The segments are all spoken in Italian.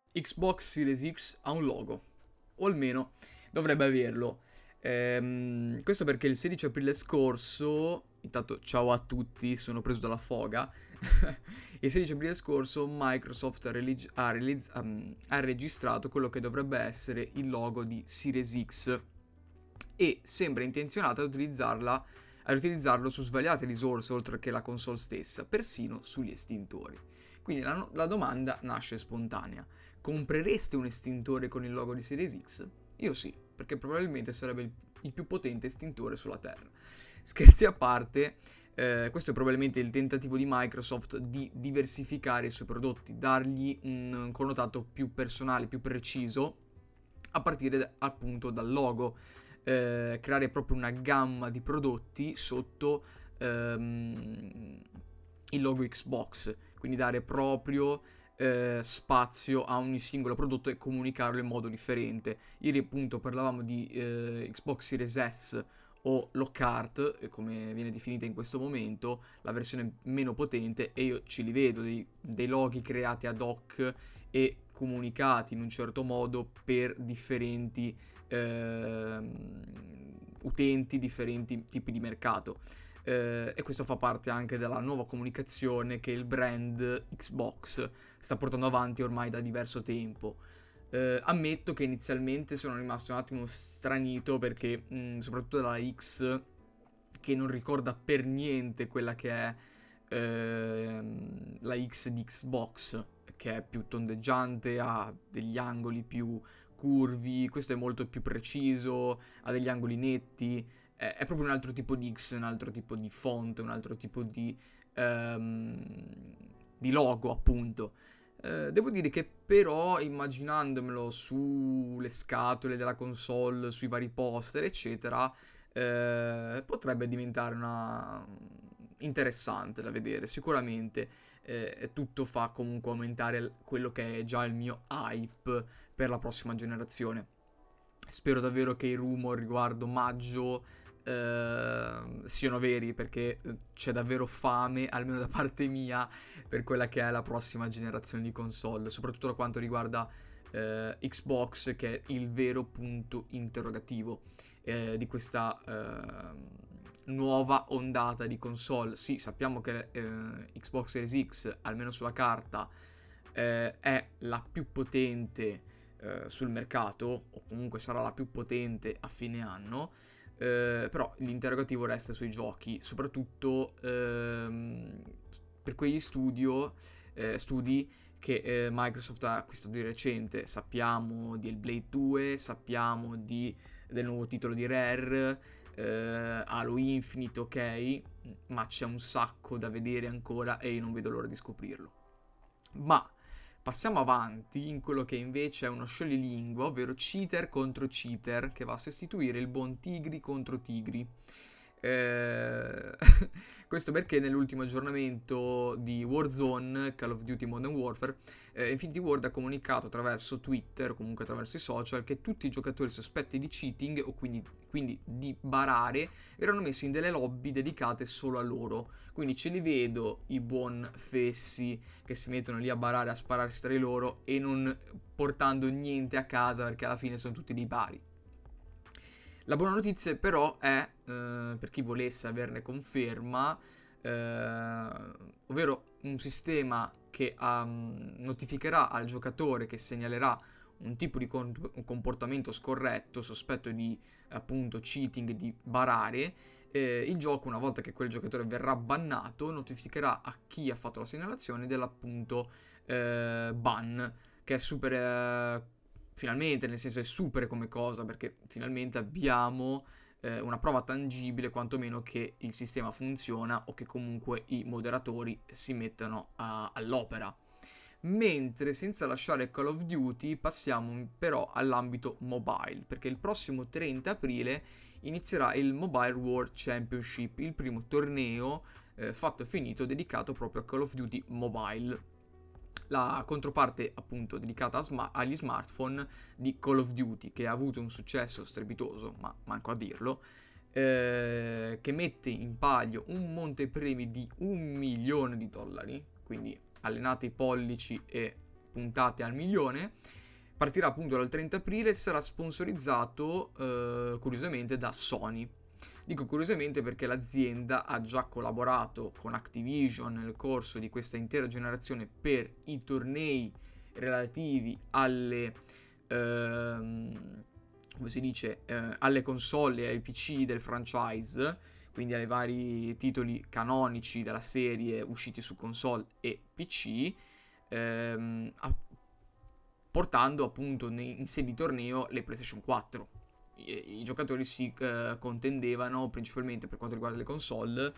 Xbox Series X ha un logo, o almeno dovrebbe averlo. Questo perché il 16 aprile scorso, intanto ciao a tutti, sono preso dalla foga. Il 16 aprile scorso Microsoft ha registrato quello che dovrebbe essere il logo di Series X e sembra intenzionata ad utilizzarlo su svariate risorse oltre che la console stessa, persino sugli estintori. Quindi la domanda nasce spontanea. Comprereste un estintore con il logo di Series X? Io sì, perché probabilmente sarebbe il più potente estintore sulla Terra. Scherzi a parte, questo è probabilmente il tentativo di Microsoft di diversificare i suoi prodotti, dargli un connotato più personale, più preciso, a partire appunto dal logo. Creare proprio una gamma di prodotti sotto il logo Xbox, quindi dare proprio spazio a ogni singolo prodotto e comunicarlo in modo differente. Ieri appunto parlavamo di Xbox Series S o Lockhart, come viene definita in questo momento, la versione meno potente, e io ci li vedo dei loghi creati ad hoc e comunicati in un certo modo per differenti utenti, differenti tipi di mercato. E questo fa parte anche della nuova comunicazione che il brand Xbox sta portando avanti ormai da diverso tempo. Ammetto che inizialmente sono rimasto un attimo stranito perché soprattutto dalla X, che non ricorda per niente quella che è la X di Xbox, che è più tondeggiante, ha degli angoli più curvi, questo è molto più preciso, ha degli angoli netti, è proprio un altro tipo di X, un altro tipo di font, un altro tipo di logo appunto. Devo dire che però immaginandomelo sulle scatole della console, sui vari poster eccetera, potrebbe diventare una interessante da vedere sicuramente. Tutto fa comunque aumentare quello che è già il mio hype per la prossima generazione. Spero davvero che i rumor riguardo maggio siano veri, perché c'è davvero fame, almeno da parte mia, per quella che è la prossima generazione di console, soprattutto da quanto riguarda Xbox, che è il vero punto interrogativo di questa nuova ondata di console. Sì, sappiamo che Xbox Series X, almeno sulla carta, è la più potente sul mercato, o comunque sarà la più potente a fine anno. Però l'interrogativo resta sui giochi, soprattutto per quegli studi che Microsoft ha acquistato di recente. Sappiamo di Hellblade 2, sappiamo del nuovo titolo di Rare, Halo Infinite, ok, ma c'è un sacco da vedere ancora e io non vedo l'ora di scoprirlo. Ma passiamo avanti in quello che invece è uno scioglilingua, ovvero cheater contro cheater, che va a sostituire il buon Tigri contro Tigri. Eh, Questo perché nell'ultimo aggiornamento di Warzone, Call of Duty Modern Warfare, Infinity Ward ha comunicato attraverso Twitter, o comunque attraverso i social, che tutti i giocatori sospetti di cheating, o quindi di barare, erano messi in delle lobby dedicate solo a loro. Quindi ce li vedo i buon fessi che si mettono lì a barare, a spararsi tra di loro e non portando niente a casa, perché alla fine sono tutti dei bari. La buona notizia però è, per chi volesse averne conferma, ovvero un sistema che notificherà al giocatore che segnalerà un tipo di comportamento scorretto, sospetto di appunto cheating, di barare. Il gioco, una volta che quel giocatore verrà bannato, notificherà a chi ha fatto la segnalazione dell'appunto ban, che è super finalmente, nel senso è super come cosa, perché finalmente abbiamo una prova tangibile quantomeno che il sistema funziona o che comunque i moderatori si mettano all'opera. Mentre senza lasciare Call of Duty passiamo però all'ambito mobile, perché il prossimo 30 aprile inizierà il Mobile World Championship, il primo torneo fatto e finito dedicato proprio a Call of Duty Mobile, la controparte appunto dedicata agli smartphone di Call of Duty, che ha avuto un successo strepitoso, ma manco a dirlo, che mette in palio un montepremi di $1 milione, quindi allenate i pollici e puntate al milione. Partirà appunto dal 30 aprile e sarà sponsorizzato curiosamente da Sony. Dico curiosamente perché l'azienda ha già collaborato con Activision nel corso di questa intera generazione per i tornei relativi alle come si dice, alle console e ai PC del franchise, quindi ai vari titoli canonici della serie usciti su console e PC, portando appunto in sede di torneo le PlayStation 4. I giocatori si contendevano principalmente per quanto riguarda le console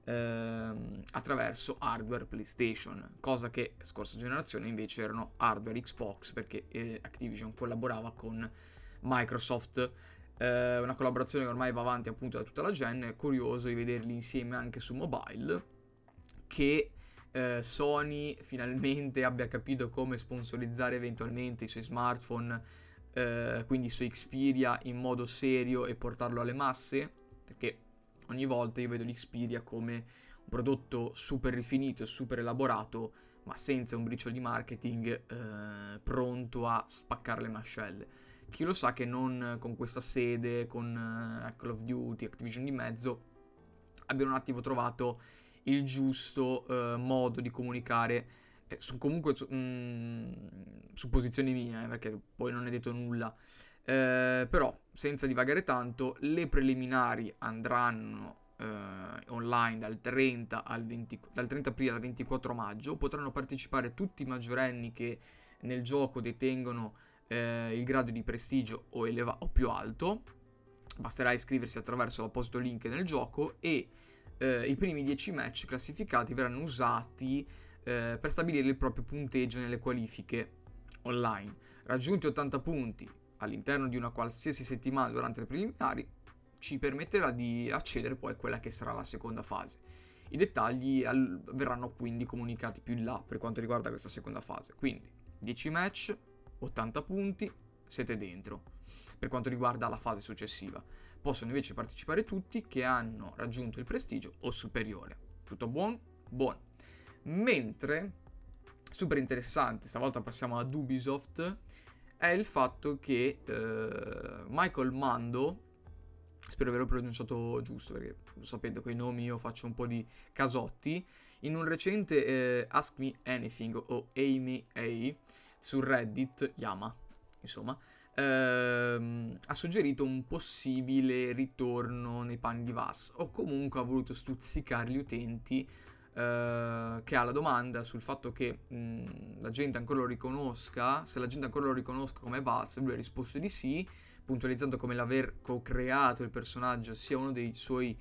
attraverso hardware PlayStation, cosa che scorsa generazione invece erano hardware Xbox, perché Activision collaborava con Microsoft, una collaborazione che ormai va avanti appunto da tutta la gen. È curioso di vederli insieme anche su mobile, che Sony finalmente abbia capito come sponsorizzare eventualmente i suoi smartphone, quindi i suoi Xperia, in modo serio e portarlo alle masse, perché ogni volta io vedo l'Xperia come un prodotto super rifinito, super elaborato, ma senza un briciolo di marketing, pronto a spaccare le mascelle. Chi lo sa che non con questa sede, con Call of Duty, Activision di mezzo, abbiano un attimo trovato il giusto modo di comunicare, comunque su posizioni mie, perché poi non è detto nulla. Però, senza divagare tanto, le preliminari andranno online dal 30 aprile al 24 maggio. Potranno partecipare tutti i maggiorenni che nel gioco detengono il grado di prestigio o più alto. Basterà iscriversi attraverso l'apposito link nel gioco e i primi 10 match classificati verranno usati per stabilire il proprio punteggio nelle qualifiche online. Raggiunti 80 punti all'interno di una qualsiasi settimana durante le preliminari, ci permetterà di accedere poi a quella che sarà la seconda fase. I dettagli verranno quindi comunicati più in là per quanto riguarda questa seconda fase. Quindi 10 match, 80 punti, siete dentro. Per quanto riguarda la fase successiva, possono invece partecipare tutti che hanno raggiunto il prestigio o superiore. Tutto buono? Buono. Mentre, super interessante, stavolta passiamo ad Ubisoft, è il fatto che Michael Mando, spero averlo pronunciato giusto perché lo sapete, con i nomi io faccio un po' di casotti, in un recente Ask Me Anything o Amy A su Reddit, Yama, insomma, ha suggerito un possibile ritorno nei panni di Vass, o comunque ha voluto stuzzicare gli utenti che ha la domanda sul fatto che la gente ancora lo riconosca, se la gente ancora lo riconosca come Vass. Lui ha risposto di sì, puntualizzando come l'aver co-creato il personaggio sia uno dei suoi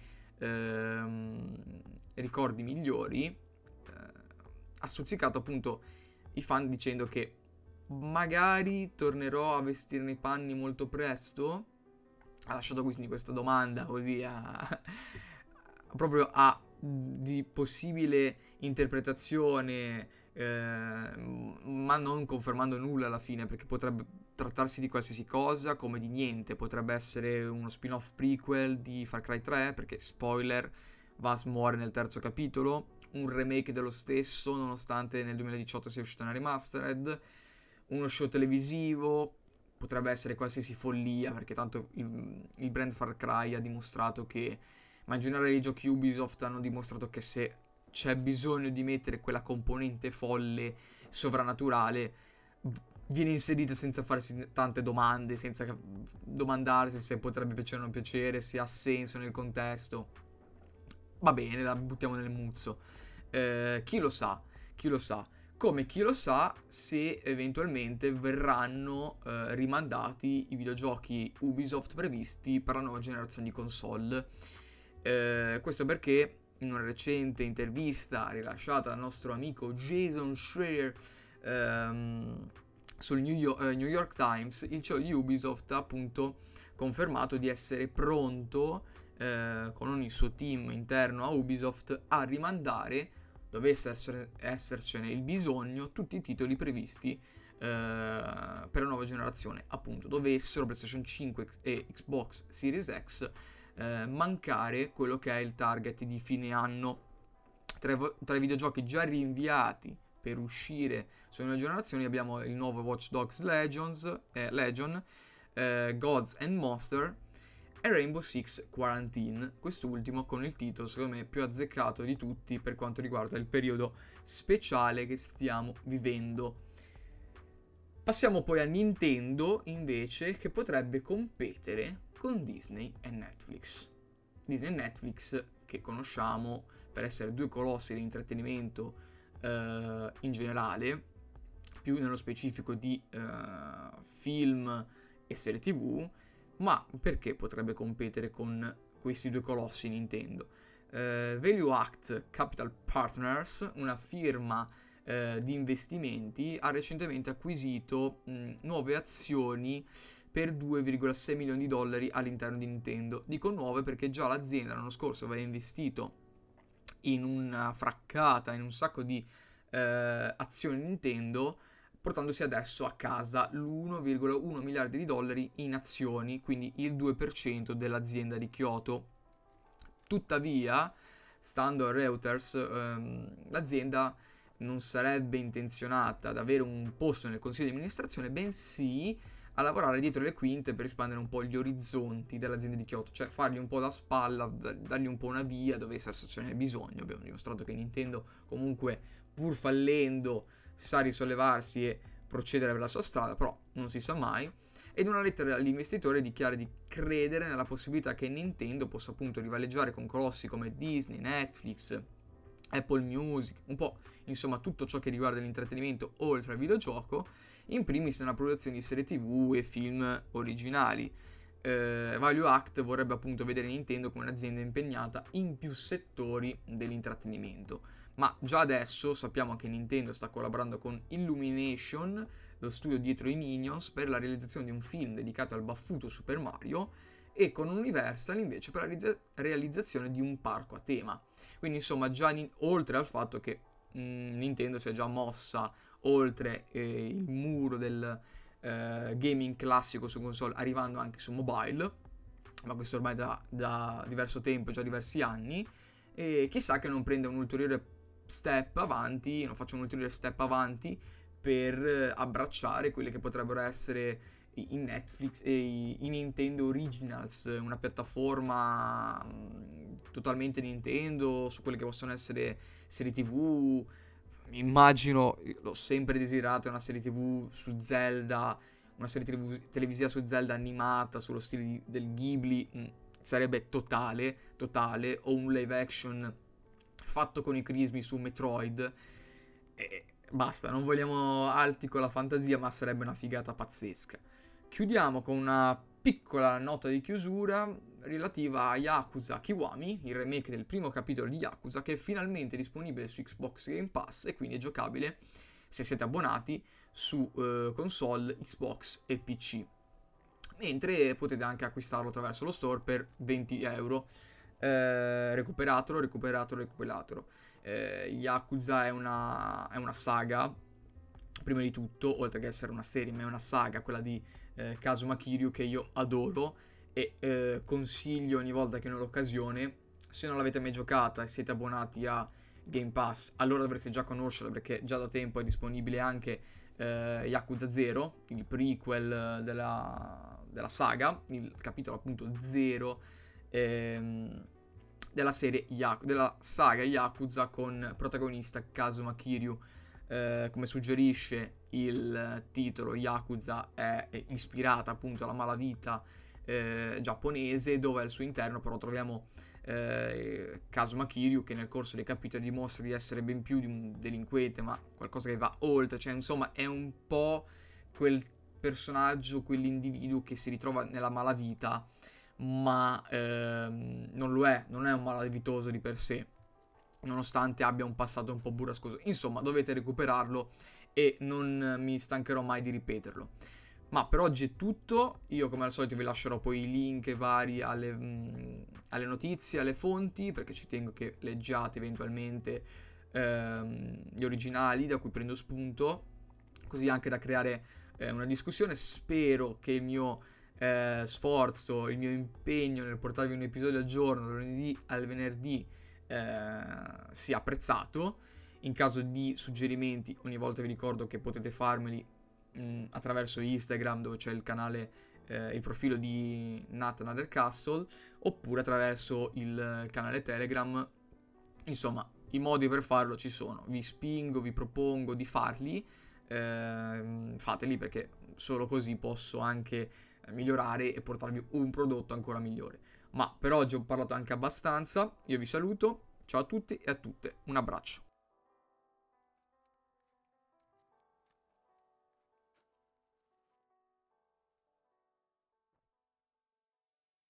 ricordi migliori. Ha stuzzicato appunto i fan dicendo che magari tornerò a vestire nei panni molto presto. Ha lasciato quindi questa domanda così proprio di possibile interpretazione, ma non confermando nulla alla fine, perché potrebbe trattarsi di qualsiasi cosa, come di niente. Potrebbe essere uno spin-off prequel di Far Cry 3, perché spoiler, Vass muore nel terzo capitolo, un remake dello stesso nonostante nel 2018 sia uscita una remastered, uno show televisivo, potrebbe essere qualsiasi follia, perché tanto il brand Far Cry ha dimostrato che, ma in generale i giochi Ubisoft hanno dimostrato che se c'è bisogno di mettere quella componente folle, sovrannaturale, viene inserita senza farsi tante domande, senza domandarsi se potrebbe piacere o non piacere, se ha senso nel contesto. Va bene, la buttiamo nel muzzo. Chi lo sa, chi lo sa. Come chi lo sa se eventualmente verranno rimandati i videogiochi Ubisoft previsti per la nuova generazione di console. Questo perché in una recente intervista rilasciata dal nostro amico Jason Schreier sul New York Times, il CEO di Ubisoft ha appunto confermato di essere pronto con il suo team interno a Ubisoft a rimandare, dovesse essercene il bisogno, tutti i titoli previsti per la nuova generazione. Appunto, dovessero PlayStation 5 e Xbox Series X mancare quello che è il target di fine anno. Tra i videogiochi già rinviati per uscire sulle nuove generazioni abbiamo il nuovo Watch Dogs Legion, Gods and Monster e Rainbow Six Quarantine, quest'ultimo con il titolo secondo me più azzeccato di tutti per quanto riguarda il periodo speciale che stiamo vivendo. Passiamo poi a Nintendo invece, che potrebbe competere con Disney e Netflix. Disney e Netflix che conosciamo per essere due colossi dell'intrattenimento in generale, più nello specifico di film e serie TV, ma perché potrebbe competere con questi due colossi Nintendo? Value Act Capital Partners, una firma di investimenti, ha recentemente acquisito nuove azioni per 2,6 milioni di dollari all'interno di Nintendo. Dico nuove perché già l'azienda l'anno scorso aveva investito in una fraccata, in un sacco di azioni Nintendo, portandosi adesso a casa l'1,1 miliardi di dollari in azioni, quindi il 2% dell'azienda di Kyoto. Tuttavia, stando a Reuters, l'azienda non sarebbe intenzionata ad avere un posto nel consiglio di amministrazione, bensì a lavorare dietro le quinte per espandere un po' gli orizzonti dell'azienda di Kyoto, cioè fargli un po' da spalla, dargli un po' una via dove ce n'è bisogno. Abbiamo dimostrato che Nintendo comunque, pur fallendo, sa risollevarsi e procedere per la sua strada, però non si sa mai. Ed una lettera all'investitore dichiara di credere nella possibilità che Nintendo possa appunto rivaleggiare con colossi come Disney, Netflix, Apple Music, un po' insomma tutto ciò che riguarda l'intrattenimento oltre al videogioco, in primis nella produzione di serie TV e film originali. Value Act vorrebbe appunto vedere Nintendo come un'azienda impegnata in più settori dell'intrattenimento, ma già adesso sappiamo che Nintendo sta collaborando con Illumination, lo studio dietro i Minions, per la realizzazione di un film dedicato al baffuto Super Mario, e con Universal invece per la realizzazione di un parco a tema. Quindi insomma già oltre al fatto che Nintendo si è già mossa oltre il muro del gaming classico su console, arrivando anche su mobile, ma questo ormai da diverso tempo, già diversi anni, e chissà che non prenda un ulteriore step avanti, non faccia un ulteriore step avanti per abbracciare quelle che potrebbero essere i Netflix e i Nintendo Originals, una piattaforma totalmente Nintendo su quelle che possono essere serie TV. Immagino, l'ho sempre desiderato, una serie TV su Zelda, una serie televisiva su Zelda animata sullo stile del Ghibli, sarebbe totale, o un live action fatto con i crismi su Metroid. E basta, non vogliamo alti con la fantasia, ma sarebbe una figata pazzesca. Chiudiamo con una piccola nota di chiusura relativa a Yakuza Kiwami, il remake del primo capitolo di Yakuza, che è finalmente disponibile su Xbox Game Pass e quindi è giocabile, se siete abbonati, su console, Xbox e PC. Mentre potete anche acquistarlo attraverso lo store per 20 euro. Recuperatelo. Yakuza è una saga, prima di tutto, oltre che essere una serie, ma è una saga, quella di Kazuma Kiryu, che io adoro e consiglio ogni volta che ne ho l'occasione. Se non l'avete mai giocata e siete abbonati a Game Pass, allora dovreste già conoscerla, perché già da tempo è disponibile anche Yakuza 0, il prequel della saga, il capitolo appunto 0 della serie della saga Yakuza, con protagonista Kazuma Kiryu. Come suggerisce il titolo, Yakuza è ispirata appunto alla malavita giapponese, dove al suo interno però troviamo Kazuma Kiryu, che nel corso dei capitoli dimostra di essere ben più di un delinquente, ma qualcosa che va oltre, cioè insomma è un po' quel personaggio, quell'individuo che si ritrova nella malavita, ma non è un malavitoso di per sé, nonostante abbia un passato un po' burrascoso. Insomma, dovete recuperarlo e non mi stancherò mai di ripeterlo. Ma per oggi è tutto. Io come al solito vi lascerò poi i link vari alle notizie, alle fonti, perché ci tengo che leggiate eventualmente gli originali da cui prendo spunto, così anche da creare una discussione. Spero che il mio sforzo, il mio impegno nel portarvi un episodio al giorno, dal lunedì al venerdì, sia apprezzato. In caso di suggerimenti, ogni volta vi ricordo che potete farmeli attraverso Instagram, dove c'è il canale, il profilo di Nat Another Castle, oppure attraverso il canale Telegram. Insomma, i modi per farlo ci sono. Vi spingo, vi propongo di farli. Fateli, perché solo così posso anche migliorare e portarvi un prodotto ancora migliore. Ma per oggi ho parlato anche abbastanza. Io vi saluto. Ciao a tutti e a tutte. Un abbraccio.